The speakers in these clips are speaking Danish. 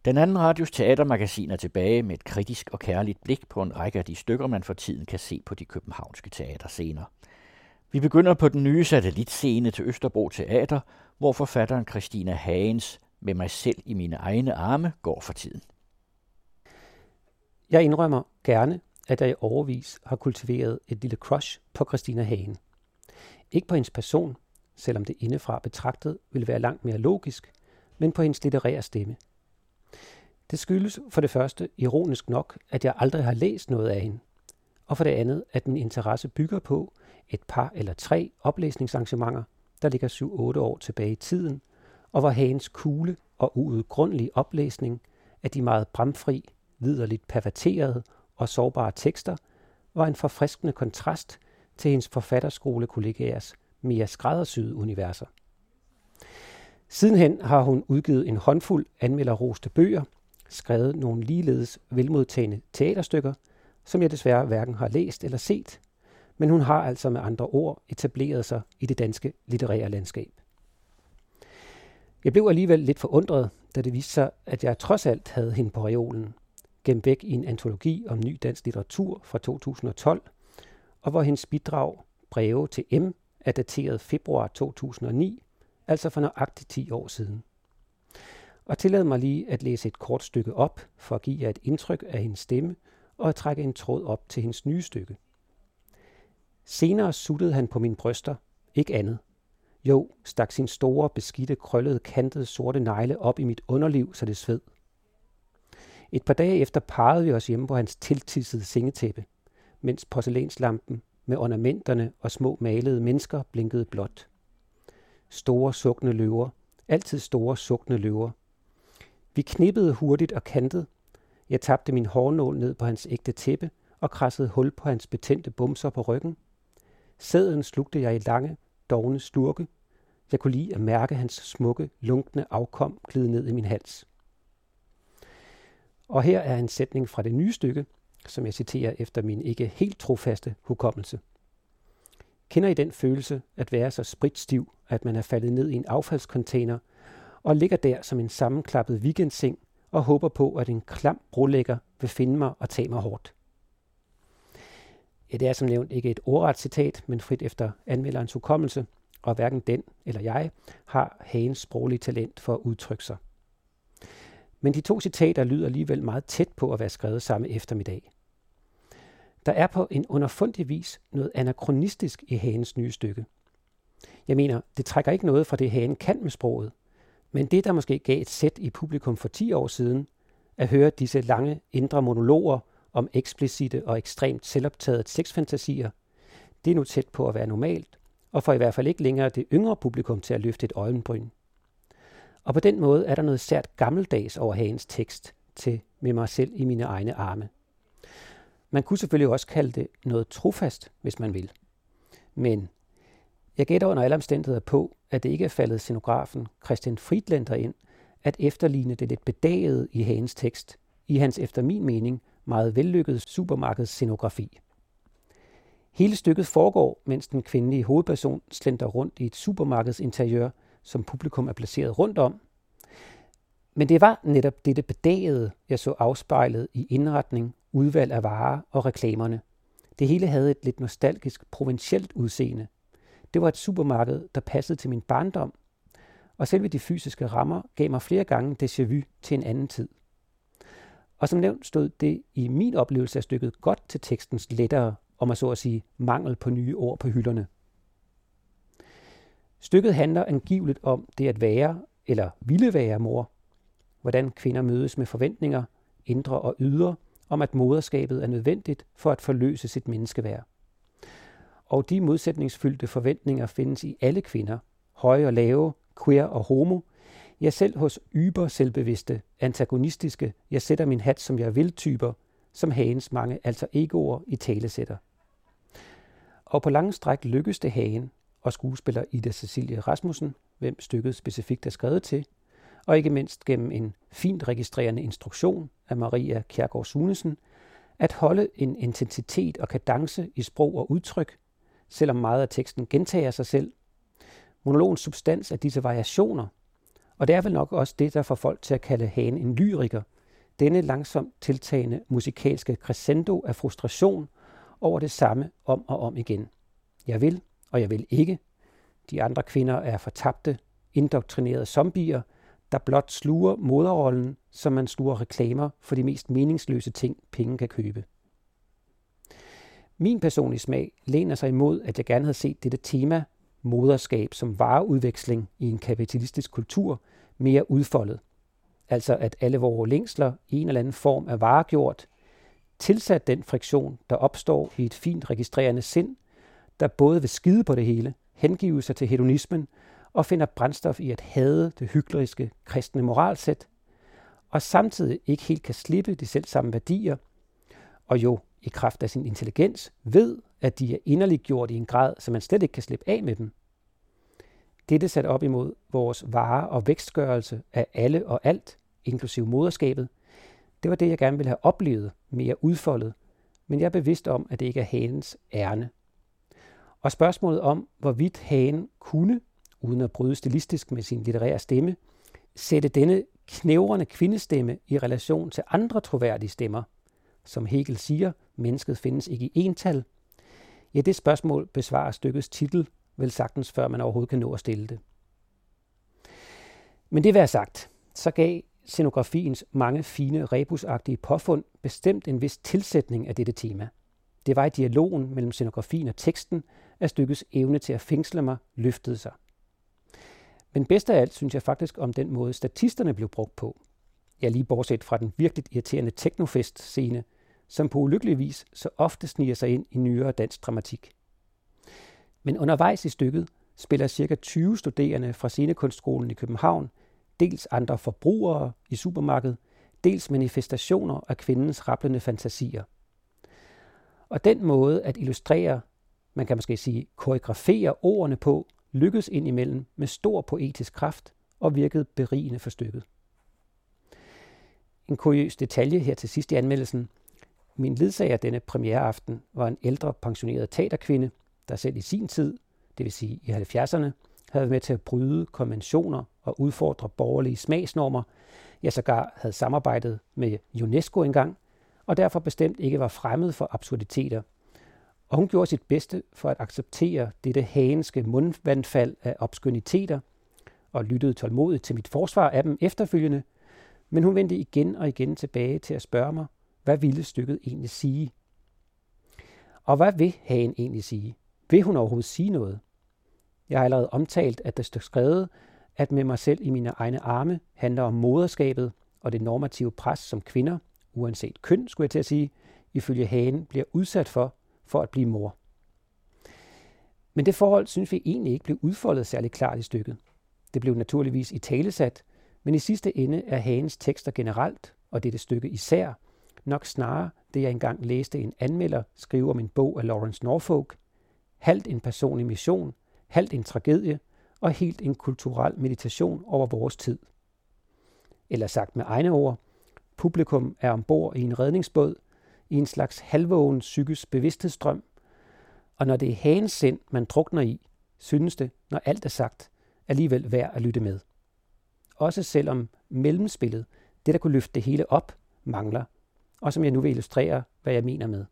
Den anden radios teatermagasin er tilbage med et kritisk og kærligt blik på en række af de stykker, man for tiden kan se på de københavnske teaterscener. Vi begynder på den nye satellitscene til Østerbro Teater, hvor forfatteren Christina Hagens Med mig selv i mine egne arme går for tiden. Jeg indrømmer gerne, at jeg i årevis har kultiveret et lille crush på Christina Hagen. Ikke på hendes person, selvom det indefra betragtet ville være langt mere logisk, men på hendes litterære stemme. Det skyldes for det første ironisk nok, at jeg aldrig har læst noget af hende, og for det andet, at min interesse bygger på et par eller 3 oplæsningsarrangementer, der ligger 7-8 år tilbage i tiden, og hvor Hagens kugle og uudgrundelige oplæsning af de meget bramfri, liderligt perverterede og sårbare tekster var en forfriskende kontrast til hendes forfatterskolekollegaers mere skræddersyede universer. Sidenhen har hun udgivet en håndfuld anmelderroste bøger, skrevet nogle ligeledes velmodtagende teaterstykker, som jeg desværre hverken har læst eller set, men hun har altså med andre ord etableret sig i det danske litterære landskab. Jeg blev alligevel lidt forundret, da det viste sig, at jeg trods alt havde hende på reolen, gemt væk i en antologi om ny dansk litteratur fra 2012, og hvor hendes bidrag Breve til M er dateret februar 2009, altså for nøjagtigt 10 år siden. Og tillad mig lige at læse et kort stykke op, for at give jer et indtryk af hendes stemme, og at trække en tråd op til hendes nye stykke. Senere suttede han på mine bryster, ikke andet. Jo, stak sin store, beskidte, krøllede, kantede, sorte negle op i mit underliv, så det sved. Et par dage efter parrede vi os hjemme på hans tiltissede sengetæppe, mens porcelænslampen med ornamenterne og små malede mennesker blinkede blåt. Store, sukkende løver. Altid store, sukkende løver. Vi knippede hurtigt og kantede. Jeg tabte min hårnål ned på hans ægte tæppe og krassede hul på hans betændte bumser på ryggen. Sæden slugte jeg i lange, dovne slurke. Jeg kunne lide at mærke hans smukke, lunkne afkom glide ned i min hals. Og her er en sætning fra det nye stykke, som jeg citerer efter min ikke helt trofaste hukommelse. Kender I den følelse at være så spritstiv, at man er faldet ned i en affaldscontainer og ligger der som en sammenklappet weekendseng og håber på, at en klam brolægger vil finde mig og tage mig hårdt? Ja, det er som nævnt ikke et ordret citat, men frit efter anmelderens hukommelse, og hverken den eller jeg har Hagens sproglige talent for at udtrykke sig. Men de 2 citater lyder alligevel meget tæt på at være skrevet samme eftermiddag. Der er på en underfundig vis noget anakronistisk i Hagens nye stykke. Jeg mener, det trækker ikke noget fra det, Hagen kan med sproget, men det, der måske gav et sæt i publikum for 10 år siden, at høre disse lange indre monologer om eksplicite og ekstremt selvoptaget sexfantasier, det er nu tæt på at være normalt, og får i hvert fald ikke længere det yngre publikum til at løfte et øjenbryn. Og på den måde er der noget sært gammeldags over Hagens tekst til Med mig selv i mine egne arme. Man kunne selvfølgelig også kalde det noget trofast, hvis man vil. Men jeg gætter under alle omstændigheder på, at det ikke er faldet scenografen Christian Friedlander ind at efterligne det lidt bedagede i Hagens tekst, i hans efter min mening meget vellykkede supermarkedsscenografi. Hele stykket foregår, mens den kvindelige hovedperson slender rundt i et supermarkedsinteriør, som publikum er placeret rundt om. Men det var netop dette bedagede, jeg så afspejlet i indretning, udvalg af varer og reklamerne. Det hele havde et lidt nostalgisk, provincielt udseende. Det var et supermarked, der passede til min barndom, og selve de fysiske rammer gav mig flere gange déjà vu til en anden tid. Og som nævnt stod det i min oplevelse af stykket godt til tekstens lettere, om at så at sige, mangel på nye ord på hylderne. Stykket handler angiveligt om det at være, eller ville være mor. Hvordan kvinder mødes med forventninger, indre og ydre, om at moderskabet er nødvendigt for at forløse sit menneskeværd. Og de modsætningsfyldte forventninger findes i alle kvinder, høje og lave, queer og homo, ja selv hos yber-selvbevidste, antagonistiske, jeg sætter min hat som jeg vil typer, som Hagens mange alter egoer i talesætter. Og på lange stræk lykkes det Hagen og skuespiller Ida Cecilie Rasmussen, hvem stykket specifikt er skrevet til, og ikke mindst gennem en fint registrerende instruktion af Maria Kjærgaard Sunesen, at holde en intensitet og kadence i sprog og udtryk, selvom meget af teksten gentager sig selv. Monologens substans er disse variationer, Og det er vel nok også det, der får folk til at kalde Hagen en lyriker. Denne langsomt tiltagende musikalske crescendo af frustration over det samme om og om igen. Jeg vil, og jeg vil ikke. De andre kvinder er fortabte, indoktrinerede zombier, der blot sluger moderrollen, som man sluger reklamer for de mest meningsløse ting, penge kan købe. Min personlige smag læner sig imod, at jeg gerne havde set dette tema, moderskab som vareudveksling i en kapitalistisk kultur, mere udfoldet. Altså at alle vores længsler i en eller anden form er varegjort, tilsat den friktion, der opstår i et fint registrerende sind, der både vil skide på det hele, hengive sig til hedonismen og finder brændstof i at hade det hykleriske kristne moralsæt, og samtidig ikke helt kan slippe de selvsamme værdier, og jo i kraft af sin intelligens ved, at de er inderligt gjort i en grad, så man slet ikke kan slippe af med dem. Dette sat op imod vores vare- og vækstgørelse af alle og alt, inklusive moderskabet, det var det, jeg gerne ville have oplevet mere udfoldet, men jeg er bevidst om, at det ikke er Hagens ærne. Og spørgsmålet om, hvorvidt Hagen kunne, uden at bryde stilistisk med sin litterære stemme, sætte denne knævrende kvindestemme i relation til andre troværdige stemmer, som Hegel siger, mennesket findes ikke i ental, ja, det spørgsmål besvarer stykkets titel vel sagtens, før man overhovedet kan nå at stille det. Men det være sagt, så gav scenografiens mange fine rebusagtige påfund bestemt en vis tilsætning af dette tema. Det var i dialogen mellem scenografien og teksten, at stykkets evne til at fængsle mig løftede sig. Men bedst af alt synes jeg faktisk om den måde statisterne blev brugt på. Ja, lige bortset fra den virkelig irriterende teknofest-scene, som på ulykkelig vis så ofte sniger sig ind i nyere dansk dramatik. Men undervejs i stykket spiller ca. 20 studerende fra Scenekunstskolen i København, dels andre forbrugere i supermarkedet, dels manifestationer af kvindens rablende fantasier. Og den måde at illustrere, man kan måske sige koreografere ordene på, lykkedes indimellem med stor poetisk kraft og virkede berigende for stykket. En kuriøs detalje her til sidst i anmeldelsen. Min ledsager denne premiereaften var en ældre pensioneret teaterkvinde, der selv i sin tid, det vil sige i 70'erne, havde været med til at bryde konventioner og udfordre borgerlige smagsnormer, ja sågar havde samarbejdet med UNESCO engang, og derfor bestemt ikke var fremmed for absurditeter. Og hun gjorde sit bedste for at acceptere dette hagenske mundvandfald af obskøniteter, og lyttede tålmodigt til mit forsvar af dem efterfølgende, men hun vendte igen og igen tilbage til at spørge mig, hvad ville stykket egentlig sige? Og hvad vil Hagen egentlig sige? Vil hun overhovedet sige noget? Jeg har allerede omtalt, at der står skrevet, at med mig selv i mine egne arme handler om moderskabet og det normative pres, som kvinder, uanset køn, skulle jeg til at sige, ifølge Hagen bliver udsat for at blive mor. Men det forhold synes vi egentlig ikke blev udfoldet særlig klart i stykket. Det blev naturligvis italesat, men i sidste ende er Hagens tekster generelt, og dette stykke især, nok snarere det, jeg engang læste en anmelder skrive om en bog af Lawrence Norfolk, halvt en personlig mission, halvt en tragedie og helt en kulturel meditation over vores tid. Eller sagt med egne ord, publikum er ombord i en redningsbåd, i en slags halvvågen psykisk bevidsthedsstrøm, og når det er Hagens sind, man drukner i, synes det, når alt er sagt, alligevel værd at lytte med. Også selvom mellemspillet, det der kunne løfte det hele op, mangler, og som jeg nu vil illustrere, hvad jeg mener med.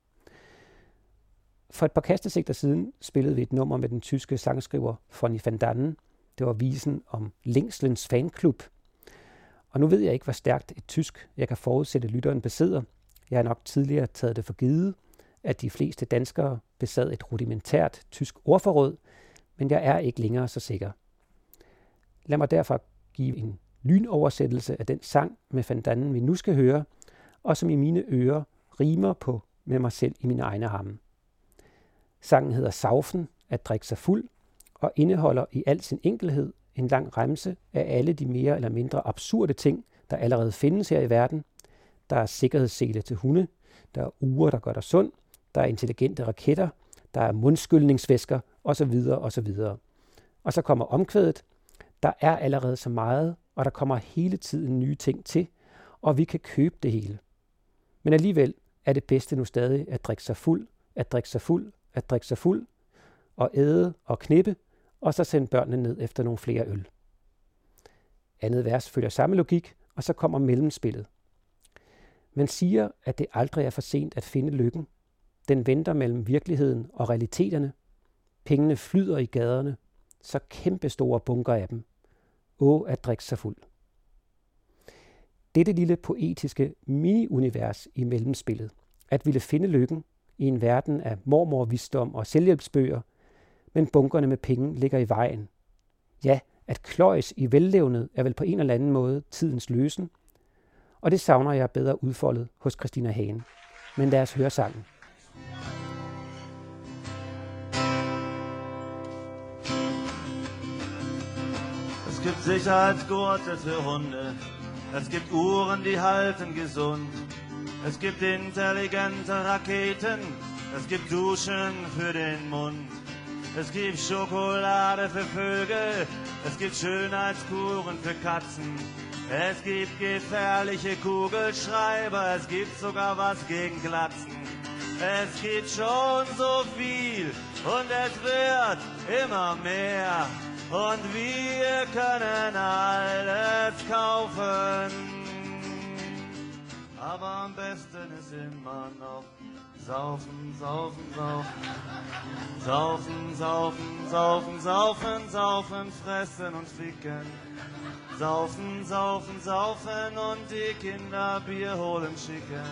For et par kastesigter siden spillede vi et nummer med den tyske sangskriver Fanny van Dannen. Det var visen om Længslens fanklub. Og nu ved jeg ikke, hvor stærkt et tysk, jeg kan forudsætte lytteren besidder. Jeg har nok tidligere taget det for givet, at de fleste danskere besad et rudimentært tysk ordforråd, men jeg er ikke længere så sikker. Lad mig derfor give en lynoversættelse af den sang med van Dannen, vi nu skal høre, og som i mine ører rimer på med mig selv i mine egne arme. Sangen hedder Saufen, at drikke sig fuld, og indeholder i al sin enkelhed en lang remse af alle de mere eller mindre absurde ting, der allerede findes her i verden. Der er sikkerhedssele til hunde, der er ure, der gør dig sund, der er intelligente raketter, der er mundskyldningsvæsker osv. osv. Og så kommer omkvædet. Der er allerede så meget, og der kommer hele tiden nye ting til, og vi kan købe det hele. Men alligevel er det bedste nu stadig at drikke sig fuld, at drikke sig fuld, at drikke sig fuld, og æde og knippe, og så sende børnene ned efter nogle flere øl. Andet vers følger samme logik, og så kommer mellemspillet. Man siger, at det aldrig er for sent at finde lykken. Den venter mellem virkeligheden og realiteterne. Pengene flyder i gaderne, så kæmpestore bunker af dem. At drikke sig fuld. Dette lille poetiske mini-univers i mellemspillet, at ville finde lykken i en verden af mormorvisdom og selvhjælpsbøger, men bunkerne med penge ligger i vejen. Ja, at kløjes i vellevnet er vel på en eller anden måde tidens løsen, og det savner jeg bedre udfoldet hos Christina Hagen. Men lad os høre sangen. Es gibt Sicherheitsgurte für Hunde, es gibt Uhren, die halten gesund, es gibt intelligente Raketen, es gibt Duschen für den Mund, es gibt Schokolade für Vögel, es gibt Schönheitskuren für Katzen, es gibt gefährliche Kugelschreiber, es gibt sogar was gegen Glatzen. Es gibt schon so viel und es wird immer mehr. Und wir können alles kaufen. Aber am besten ist immer noch saufen, saufen, saufen. Saufen, saufen, saufen, saufen, saufen, fressen und ficken. Saufen, saufen, saufen und die Kinder Bier holen schicken.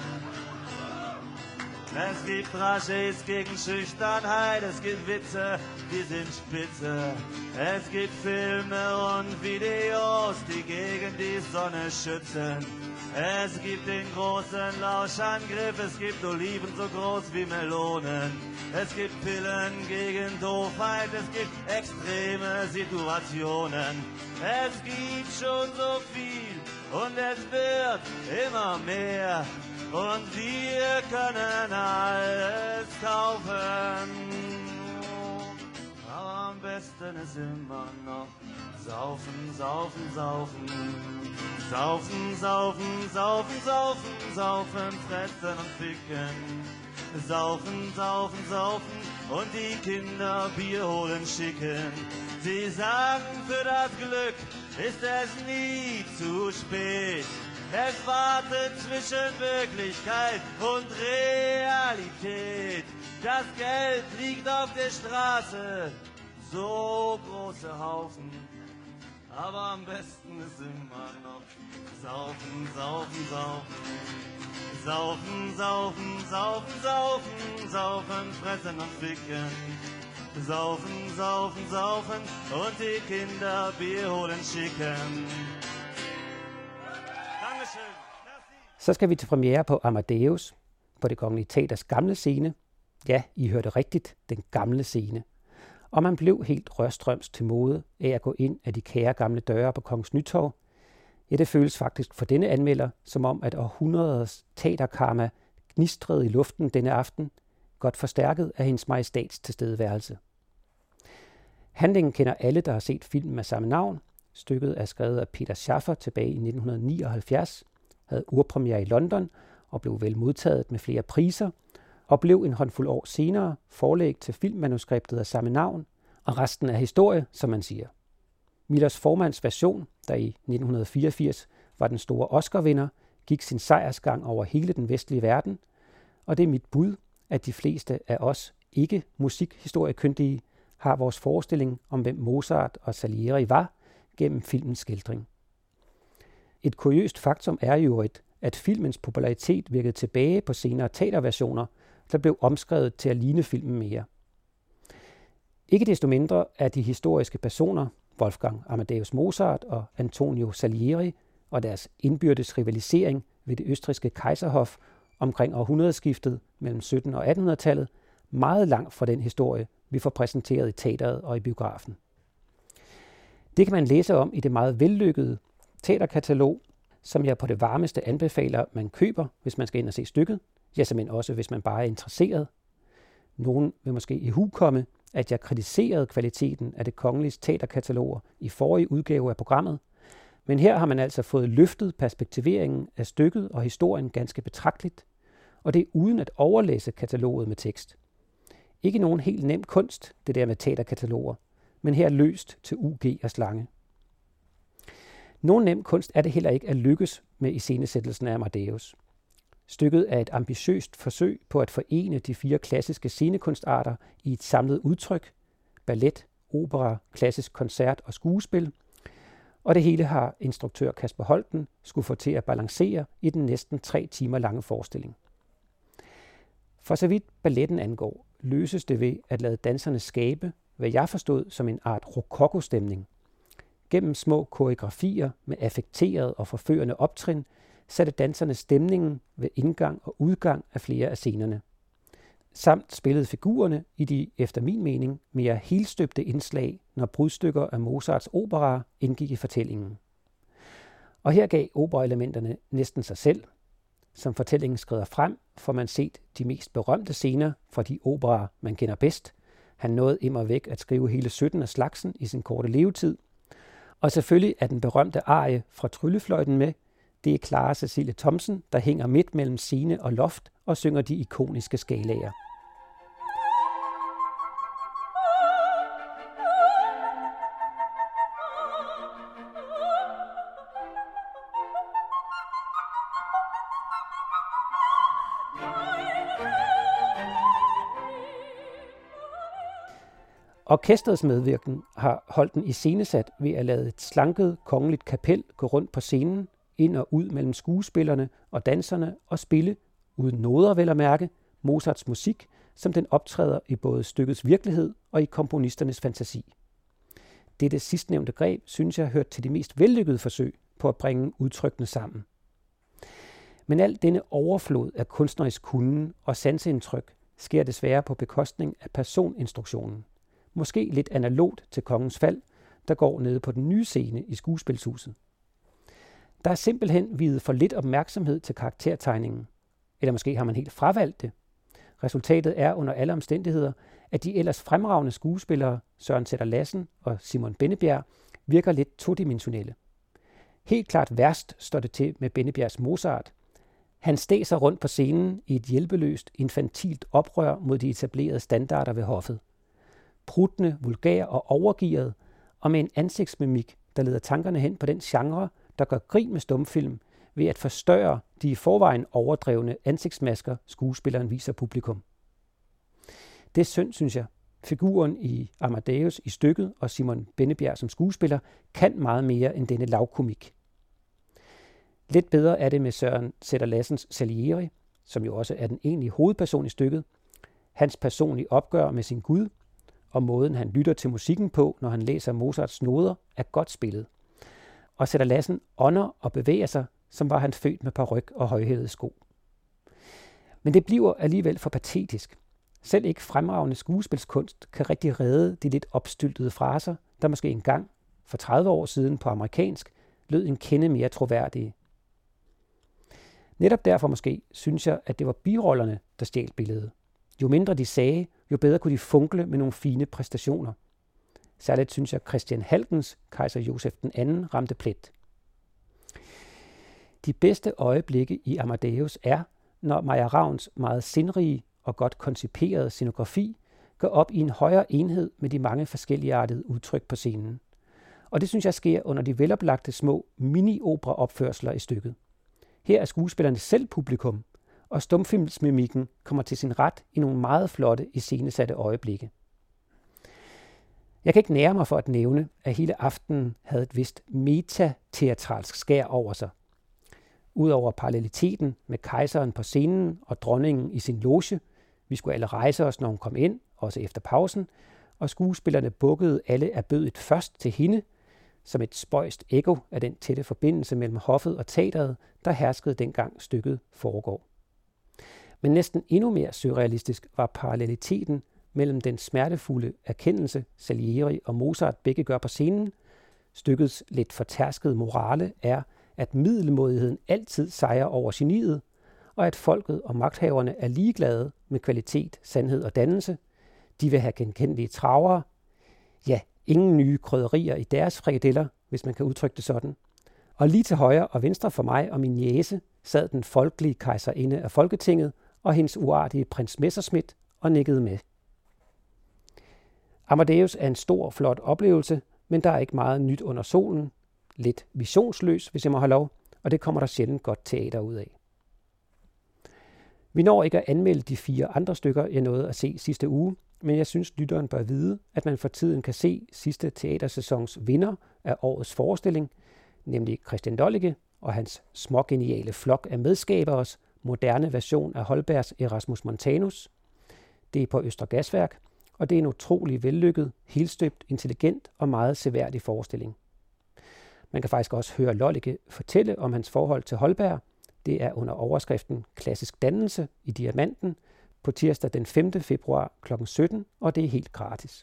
Es gibt Draschés gegen Schüchternheit, es gibt Witze, die sind spitze. Es gibt Filme und Videos, die gegen die Sonne schützen. Es gibt den großen Lauschangriff, es gibt Oliven so groß wie Melonen. Es gibt Pillen gegen Doofheit, es gibt extreme Situationen. Es gibt schon so viel und es wird immer mehr. Und wir können alles kaufen. Aber am besten ist immer noch saufen, saufen, saufen. Saufen, saufen, saufen, saufen, saufen, fressen und ficken. Saufen, saufen, saufen und die Kinder Bier holen schicken. Sie sagen, für das Glück ist es nie zu spät. Es wartet zwischen Wirklichkeit und Realität. Das Geld liegt auf der Straße, so große Haufen. Aber am besten ist immer noch saufen, saufen, saufen. Saufen, saufen, saufen, saufen, saufen, fressen und ficken. Saufen, saufen, saufen und die Kinder Bier holen schicken. Så skal vi til premiere på Amadeus på Det Kongelige Teaters gamle scene. Ja, I hørte rigtigt, den gamle scene. Og man blev helt rørstrøms til mode af at gå ind af de kære gamle døre på Kongens Nytorv. Ja, det føles faktisk for denne anmelder, som om at århundreders teaterkarma gnistrede i luften denne aften, godt forstærket af hendes majestæts tilstedeværelse. Handlingen kender alle, der har set filmen af samme navn. Stykket er skrevet af Peter Schaffer tilbage i 1979, havde urpremiere i London og blev vel modtaget med flere priser, og blev en håndfuld år senere forlæg til filmmanuskriptet af samme navn, og resten er historie, som man siger. Millers formands version, der i 1984 var den store Oscar-vinder, gik sin sejrsgang over hele den vestlige verden, og det er mit bud, at de fleste af os ikke musikhistoriekyndige har vores forestilling om, hvem Mozart og Salieri var, gennem filmens skildring. Et kuriøst faktum er jo, at filmens popularitet virkede tilbage på senere teaterversioner, der blev omskrevet til at ligne filmen mere. Ikke desto mindre er de historiske personer, Wolfgang Amadeus Mozart og Antonio Salieri, og deres indbyrdes rivalisering ved det østrigske kejserhof omkring århundredeskiftet mellem 1700- og 1800-tallet, meget langt fra den historie, vi får præsenteret i teateret og i biografen. Det kan man læse om i det meget vellykkede teaterkatalog, som jeg på det varmeste anbefaler, man køber, hvis man skal ind og se stykket, ja, simpelthen også, hvis man bare er interesseret. Nogen vil måske ihukomme, at jeg kritiserede kvaliteten af Det Kongelige Teaterkataloger i forrige udgave af programmet, men her har man altså fået løftet perspektiveringen af stykket og historien ganske betragteligt, og det er uden at overlæse kataloget med tekst. Ikke nogen helt nem kunst, det der med teaterkataloger, men her løst til UG og slange. Nogen nem kunst er det heller ikke at lykkes med iscenesættelsen af Amadeus. Stykket er et ambitiøst forsøg på at forene de 4 klassiske scenekunstarter i et samlet udtryk: ballet, opera, klassisk koncert og skuespil. Og det hele har instruktør Kasper Holten skulle få til at balancere i den næsten 3 timer lange forestilling. For så vidt balletten angår, løses det ved at lade danserne skabe, hvad jeg forstod som en art rokokostemning. Gennem små koreografier med affekteret og forførende optrin, satte danserne stemningen ved indgang og udgang af flere af scenerne. Samt spillede figurerne i de, efter min mening, mere helstøbte indslag, når brudstykker af Mozarts operaer indgik i fortællingen. Og her gav operaelementerne næsten sig selv. Som fortællingen skrider frem, får man set de mest berømte scener fra de operaer, man kender bedst. Han nåede immervæk at skrive hele 17 af slagsen i sin korte levetid. Og selvfølgelig er den berømte arie fra Tryllefløjten med. Det er Clara Cecilie Thomsen, der hænger midt mellem scene og loft og synger de ikoniske skalaer. Orkestrets medvirken har holdt den iscenesat ved at lade et slanket kongeligt kapel gå rundt på scenen, ind og ud mellem skuespillerne og danserne og spille, uden noder vel at mærke, Mozarts musik, som den optræder i både stykkets virkelighed og i komponisternes fantasi. Dette sidstnævnte greb synes jeg har hørt til de mest vellykkede forsøg på at bringe udtrykkene sammen. Men al denne overflod af kunstnerisk kunnen og sanseindtryk sker desværre på bekostning af personinstruktionen. Måske lidt analogt til Kongens Fald, der går nede på den nye scene i Skuespilshuset. Der er simpelthen viet for lidt opmærksomhed til karaktertegningen, eller måske har man helt fravalgt det. Resultatet er under alle omstændigheder, at de ellers fremragende skuespillere Søren Sætter-Lassen og Simon Bennebjerg virker lidt todimensionelle. Helt klart værst står det til med Bennebjergs Mozart. Han stæser rundt på scenen i et hjælpeløst, infantilt oprør mod de etablerede standarder ved hoffet. Pruttende, vulgær og overgearet, og med en ansigtsmimik, der leder tankerne hen på den genre, der gør grin med stumfilm, ved at forstørre de i forvejen overdrevne ansigtsmasker, skuespilleren viser publikum. Det er synd, synes jeg. Figuren i Amadeus i stykket og Simon Bennebjerg som skuespiller kan meget mere end denne lavkomik. Lidt bedre er det med Søren Sætter-Lassens Salieri, som jo også er den egentlige hovedperson i stykket. Hans personlige opgør med sin Gud, og måden han lytter til musikken på, når han læser Mozarts noder, er godt spillet. Og Sætter-Lassen ånder og bevæger sig, som var han født med paryk og højhælede sko. Men det bliver alligevel for patetisk. Selv ikke fremragende skuespilskunst kan rigtig redde de lidt opstyltede fraser, der måske engang, for 30 år siden på amerikansk, lød en kende mere troværdige. Netop derfor måske synes jeg, at det var birollerne, der stjal billedet. Jo mindre de sagde, jo bedre kunne de funkle med nogle fine præstationer. Særligt synes jeg, Christian Halkens Kejser Josef II ramte plet. De bedste øjeblikke i Amadeus er, når Maja Ravns meget sindrige og godt konciperede scenografi går op i en højere enhed med de mange forskelligartede udtryk på scenen. Og det synes jeg sker under de veloplagte små mini-opera-opførsler i stykket. Her er skuespillerne selv publikum, og stumfilmsmimikken kommer til sin ret i nogle meget flotte iscenesatte øjeblikke. Jeg kan ikke nære mig for at nævne, at hele aftenen havde et vist metateatralsk skær over sig. Udover paralleliteten med kejseren på scenen og dronningen i sin loge, vi skulle alle rejse os, når hun kom ind, også efter pausen, og skuespillerne bukkede alle erbødigt først til hende, som et spøjst ekko af den tætte forbindelse mellem hoffet og teateret, der herskede dengang stykket foregår. Men næsten endnu mere surrealistisk var paralleliteten mellem den smertefulde erkendelse, Salieri og Mozart begge gør på scenen. Stykkets lidt fortærskede morale er, at middelmådigheden altid sejrer over geniet, og at folket og magthaverne er ligeglade med kvalitet, sandhed og dannelse. De vil have genkendelige travere. Ja, ingen nye krydderier i deres frikadeller, hvis man kan udtrykke det sådan. Og lige til højre og venstre for mig og min niece sad den folkelige kejserinde af Folketinget og hendes uartige prins Messerschmidt og nikkede med. Amadeus er en stor, flot oplevelse, men der er ikke meget nyt under solen. lidt visionsløs, hvis jeg må have lov, og det kommer der sjældent godt teater ud af. Vi når ikke at anmelde de 4 andre stykker, jeg nåede at se sidste uge, men jeg synes, lytteren bør vide, at man for tiden kan se sidste teatersæsons vinder af årets forestilling, nemlig Christian Lollike og hans smågeniale flok af medskaberes moderne version af Holbergs Erasmus Montanus. Det er på Østre Gasværk, og det er en utrolig vellykket, helstøbt, intelligent og meget seværdig forestilling. Man kan faktisk også høre Lollike fortælle om hans forhold til Holberg. Det er under overskriften Klassisk dannelse i Diamanten på tirsdag den 5. februar kl. 17, og det er helt gratis.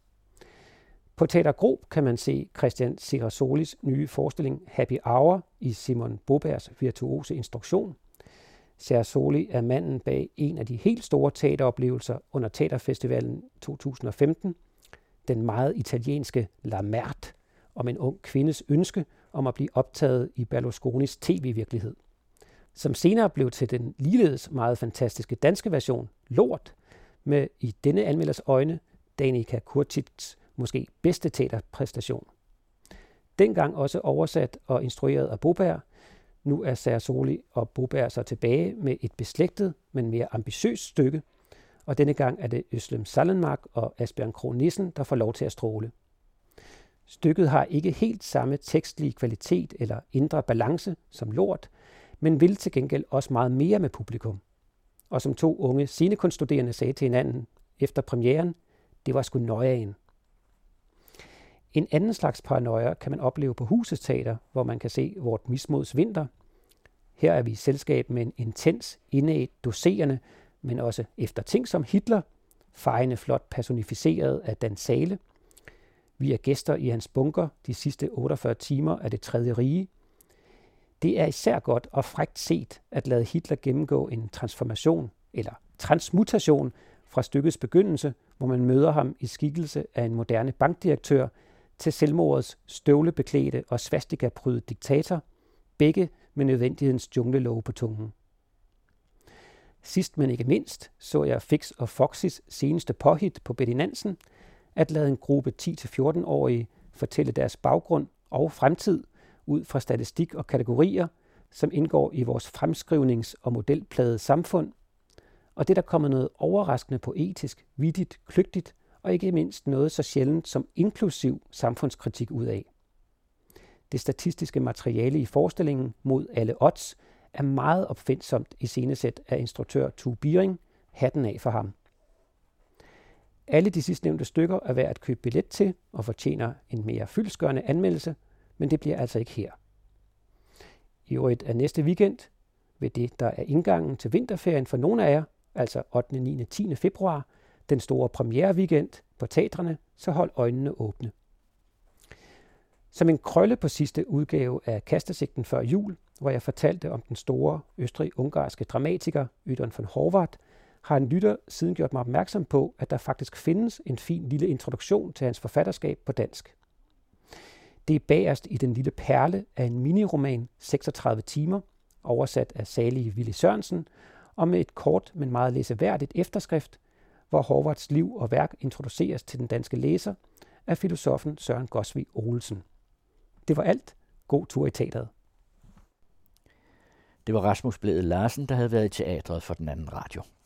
På Teater Grob kan man se Christian Cerasolis nye forestilling Happy Hour i Simon Bobergs virtuose instruktion. Cerasoli er manden bag en af de helt store teateroplevelser under Teaterfestivalen 2015, den meget italienske La Merte, om en ung kvindes ønske om at blive optaget i Berlusconis tv-virkelighed, som senere blev til den ligeledes meget fantastiske danske version Lort, med i denne anmelders øjne Danica Curcics måske bedste teaterpræstation. Dengang også oversat og instrueret af Boberg. Nu er Cerasoli og Boberg så tilbage med et beslægtet, men mere ambitiøst stykke, og denne gang er det Özlem Sallenmark og Asbjørn Krog Nissen, der får lov til at stråle. Stykket har ikke helt samme tekstlige kvalitet eller indre balance som Lort, men vil til gengæld også meget mere med publikum. Og som 2 unge scenekunststuderende sagde til hinanden efter premieren, det var sgu nøjaen. En anden slags paranoia kan man opleve på Husets Teater, hvor man kan se Vort Mismods Vinter. Her er vi i selskab med en intens, indædt, doserende, men også eftertænksom Hitler, fejende flot personificeret af Dan Zahle. Vi er gæster i hans bunker de sidste 48 timer af det tredje rige. Det er især godt og frækt set at lade Hitler gennemgå en transformation eller transmutation fra stykkets begyndelse, hvor man møder ham i skikkelse af en moderne bankdirektør, til selvmordets støvlebeklædte og svastikaprydede diktator, begge med nødvendighedens junglelove på tungen. Sidst men ikke mindst så jeg Fix og Foxys seneste påhit på Betty Nansen, at lade en gruppe 10-14-årige fortælle deres baggrund og fremtid ud fra statistik og kategorier, som indgår i vores fremskrivnings- og modelplade samfund. Og det er der kommet noget overraskende poetisk, vittigt, kløgtigt og ikke mindst noget så sjældent som inklusiv samfundskritik ud af. Det statistiske materiale i forestillingen Mod alle odds er meget opfindsomt iscenesæt af instruktør Tue Biering. Hatten af for ham. Alle de sidstnævnte stykker er værd at købe billet til og fortjener en mere fyldestgørende anmeldelse, men det bliver altså ikke her. I øvrigt er næste weekend, ved det der er indgangen til vinterferien for nogle af jer, altså 8., 9., 10. februar, den store premiere weekend på teatrene, så hold øjnene åbne. Som en krølle på sidste udgave af Kastesigten før jul, hvor jeg fortalte om den store østrig-ungarske dramatiker Ydon von Horvath, har en lytter siden gjort mig opmærksom på, at der faktisk findes en fin lille introduktion til hans forfatterskab på dansk. Det er bagerst i den lille perle af en miniroman 36 timer, oversat af salige Willy Sørensen, og med et kort, men meget læseværdigt efterskrift, hvor Horvaths liv og værk introduceres til den danske læser af filosofen Søren Gosvig Olsen. Det var alt. God tur i teateret. Det var Rasmus Blædel Larsen, der havde været i teatret for Den Anden Radio.